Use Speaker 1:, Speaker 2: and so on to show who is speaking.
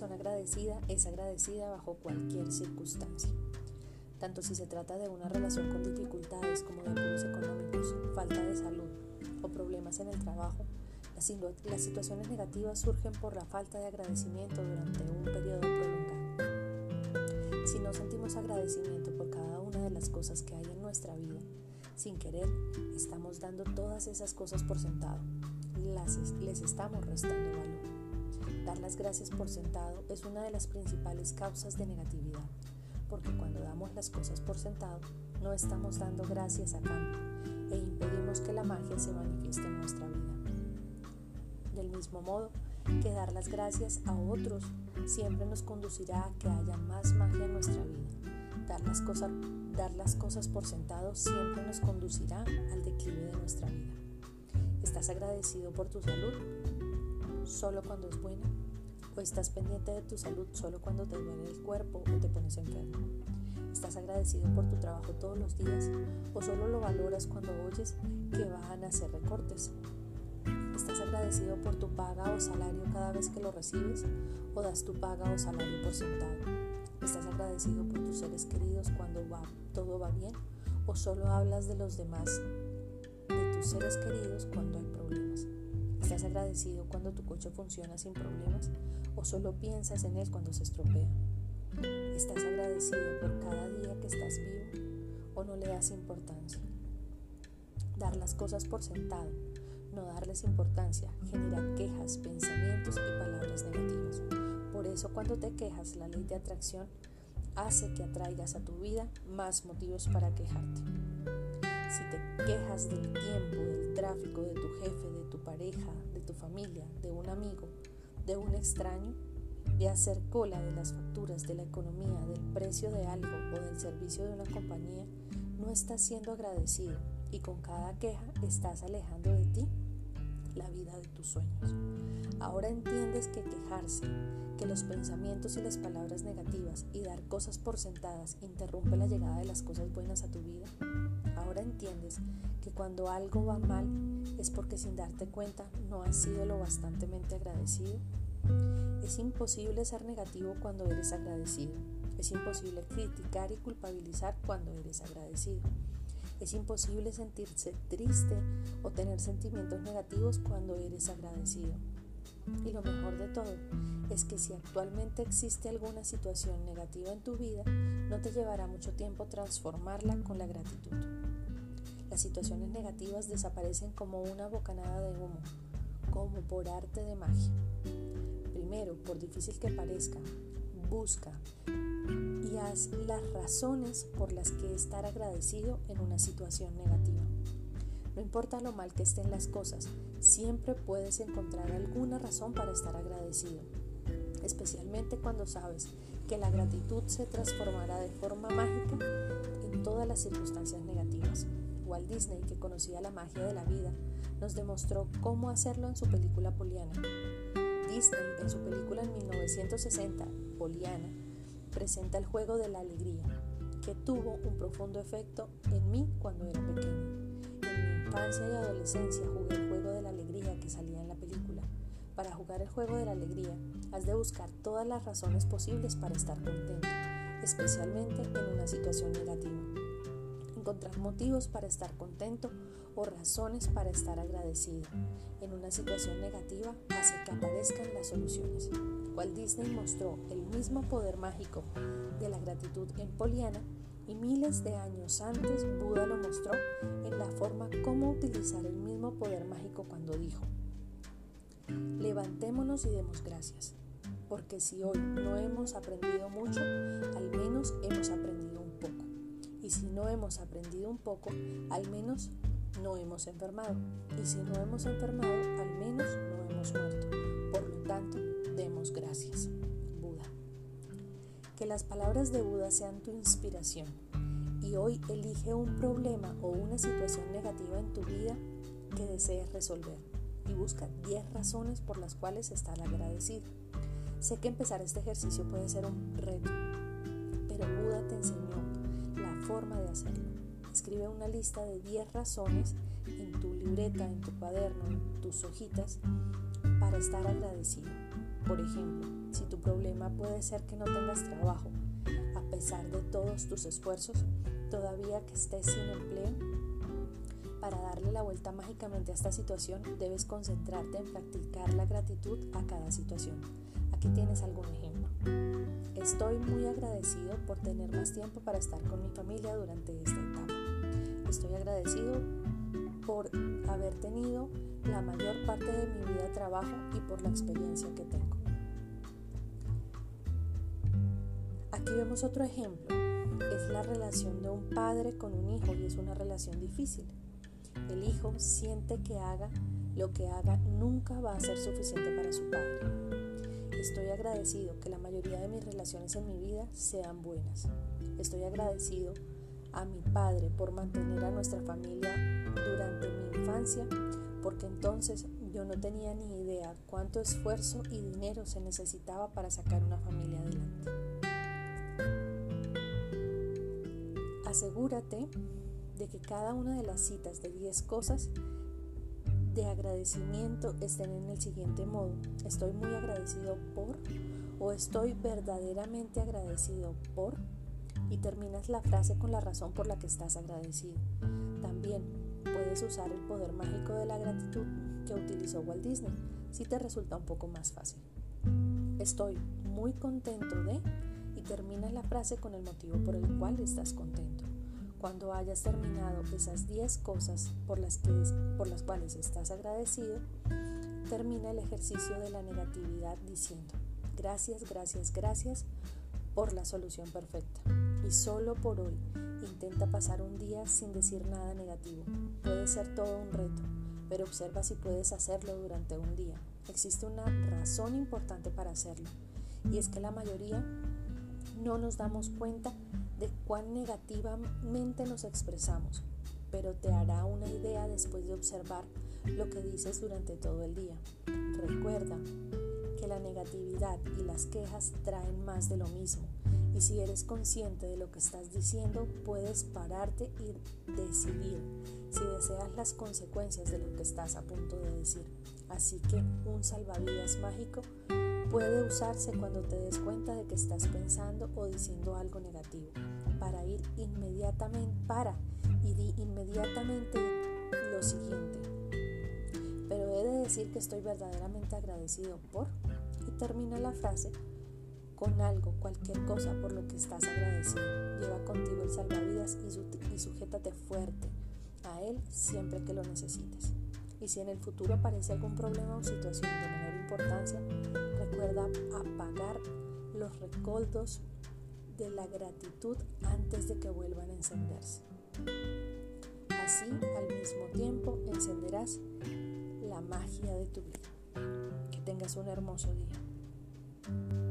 Speaker 1: persona agradecida es agradecida bajo cualquier circunstancia, tanto si se trata de una relación con dificultades como de apuros económicos, falta de salud o problemas en el trabajo. Las situaciones negativas surgen por la falta de agradecimiento durante un periodo prolongado. Si no sentimos agradecimiento por cada una de las cosas que hay en nuestra vida, sin querer, estamos dando todas esas cosas por sentado. Les estamos restando valor. Dar las gracias por sentado es una de las principales causas de negatividad, porque cuando damos las cosas por sentado, no estamos dando gracias a cambio e impedimos que la magia se manifieste en nuestra vida. Del mismo modo que dar las gracias a otros siempre nos conducirá a que haya más magia en nuestra vida. Dar las cosas por sentado siempre nos conducirá al declive de nuestra vida. ¿Estás agradecido por tu salud solo cuando es buena? ¿O estás pendiente de tu salud solo cuando te duele el cuerpo o te pones enfermo? ¿Estás agradecido por tu trabajo todos los días o solo lo valoras cuando oyes que van a hacer recortes? ¿Estás agradecido por tu paga o salario cada vez que lo recibes o das tu paga o salario por sentado? ¿Estás agradecido por tus seres queridos cuando todo va bien o solo hablas de los demás, de tus seres queridos cuando hay problemas? ¿Estás agradecido cuando tu coche funciona sin problemas o solo piensas en él cuando se estropea? ¿Estás agradecido por cada día que estás vivo o no le das importancia? Dar las cosas por sentado, no darles importancia, genera quejas, pensamientos y palabras negativas. Por eso cuando te quejas, la ley de atracción hace que atraigas a tu vida más motivos para quejarte. Si te quejas del tiempo, del tráfico, de tu jefe, de tu pareja, de tu familia, de un amigo, de un extraño, de hacer cola, de las facturas, de la economía, del precio de algo o del servicio de una compañía, no estás siendo agradecido y con cada queja estás alejando de ti la vida de tus sueños. Ahora entiendes que quejarse, que los pensamientos y las palabras negativas y dar cosas por sentadas interrumpe la llegada de las cosas buenas a tu vida. Ahora entiendes que cuando algo va mal es porque sin darte cuenta no has sido lo bastantemente agradecido. Es imposible ser negativo cuando eres agradecido. Es imposible criticar y culpabilizar cuando eres agradecido. Es imposible sentirse triste o tener sentimientos negativos cuando eres agradecido. Y lo mejor de todo es que si actualmente existe alguna situación negativa en tu vida, no te llevará mucho tiempo transformarla con la gratitud. Las situaciones negativas desaparecen como una bocanada de humo, como por arte de magia. Primero, por difícil que parezca, busca y haz las razones por las que estar agradecido en una situación negativa. No importa lo mal que estén las cosas, siempre puedes encontrar alguna razón para estar agradecido, especialmente cuando sabes que la gratitud se transformará de forma mágica en todas las circunstancias negativas. Walt Disney, que conocía la magia de la vida, nos demostró cómo hacerlo en su película Poliana. Disney, en su película en 1960, Poliana, presenta el juego de la alegría, que tuvo un profundo efecto en mí cuando era pequeño. En mi infancia y adolescencia jugué el juego de la alegría que salía en la película. Para jugar el juego de la alegría, has de buscar todas las razones posibles para estar contento, especialmente en una situación negativa. Encontrar motivos para estar contento o razones para estar agradecido en una situación negativa hace que aparezcan las soluciones. Walt Disney mostró el mismo poder mágico de la gratitud en Poliana y miles de años antes Buda lo mostró en la forma cómo utilizar el mismo poder mágico cuando dijo: levantémonos y demos gracias, porque si hoy no hemos aprendido mucho, al menos hemos aprendido un poco. Y si no hemos aprendido un poco, al menos no hemos enfermado. Y si no hemos enfermado, al menos no hemos muerto. Por lo tanto, demos gracias. Buda. Que las palabras de Buda sean tu inspiración. Y hoy elige un problema o una situación negativa en tu vida que desees resolver. Y busca 10 razones por las cuales estar agradecido. Sé que empezar este ejercicio puede ser un reto, pero Buda te enseñó la forma de hacerlo. Escribe una lista de 10 razones en tu libreta, en tu cuaderno, en tus hojitas para estar agradecido. Por ejemplo, si tu problema puede ser que no tengas trabajo, a pesar de todos tus esfuerzos, todavía que estés sin empleo, para darle la vuelta mágicamente a esta situación, debes concentrarte en practicar la gratitud a cada situación. Aquí tienes algún ejemplo. Estoy muy agradecido por tener más tiempo para estar con mi familia durante esta etapa. Estoy agradecido por haber tenido la mayor parte de mi vida de trabajo y por la experiencia que tengo. Aquí vemos otro ejemplo. Es la relación de un padre con un hijo y es una relación difícil. El hijo siente que haga lo que haga nunca va a ser suficiente para su padre. Estoy agradecido que la mayoría de mis relaciones en mi vida sean buenas. Estoy agradecido a mi padre por mantener a nuestra familia durante mi infancia, porque entonces yo no tenía ni idea cuánto esfuerzo y dinero se necesitaba para sacar una familia adelante. Asegúrate de que cada una de las citas de 10 cosas de agradecimiento estén en el siguiente modo: estoy muy agradecido por, o estoy verdaderamente agradecido por, y terminas la frase con la razón por la que estás agradecido. También puedes usar el poder mágico de la gratitud que utilizó Walt Disney, si te resulta un poco más fácil. Estoy muy contento de, y terminas la frase con el motivo por el cual estás contento. Cuando hayas terminado esas 10 cosas por las cuales estás agradecido, termina el ejercicio de la negatividad diciendo: gracias, gracias, gracias por la solución perfecta. Y solo por hoy, intenta pasar un día sin decir nada negativo. Puede ser todo un reto, pero observa si puedes hacerlo durante un día. Existe una razón importante para hacerlo, y es que la mayoría no nos damos cuenta de cuán negativamente nos expresamos, pero te hará una idea después de observar lo que dices durante todo el día. Recuerda que la negatividad y las quejas traen más de lo mismo, y si eres consciente de lo que estás diciendo, puedes pararte y decidir si deseas las consecuencias de lo que estás a punto de decir. Así que un salvavidas mágico puede usarse cuando te des cuenta de que estás pensando o diciendo algo negativo, y di inmediatamente lo siguiente: pero he de decir que estoy verdaderamente agradecido por, y termina la frase con algo, cualquier cosa por lo que estás agradecido. Lleva contigo el salvavidas y sujétate fuerte a él siempre que lo necesites. Y si en el futuro aparece algún problema o situación de menor importancia, recuerda apagar los recuerdos de la gratitud antes de que vuelvan a encenderse. Así, al mismo tiempo, encenderás la magia de tu vida. Que tengas un hermoso día.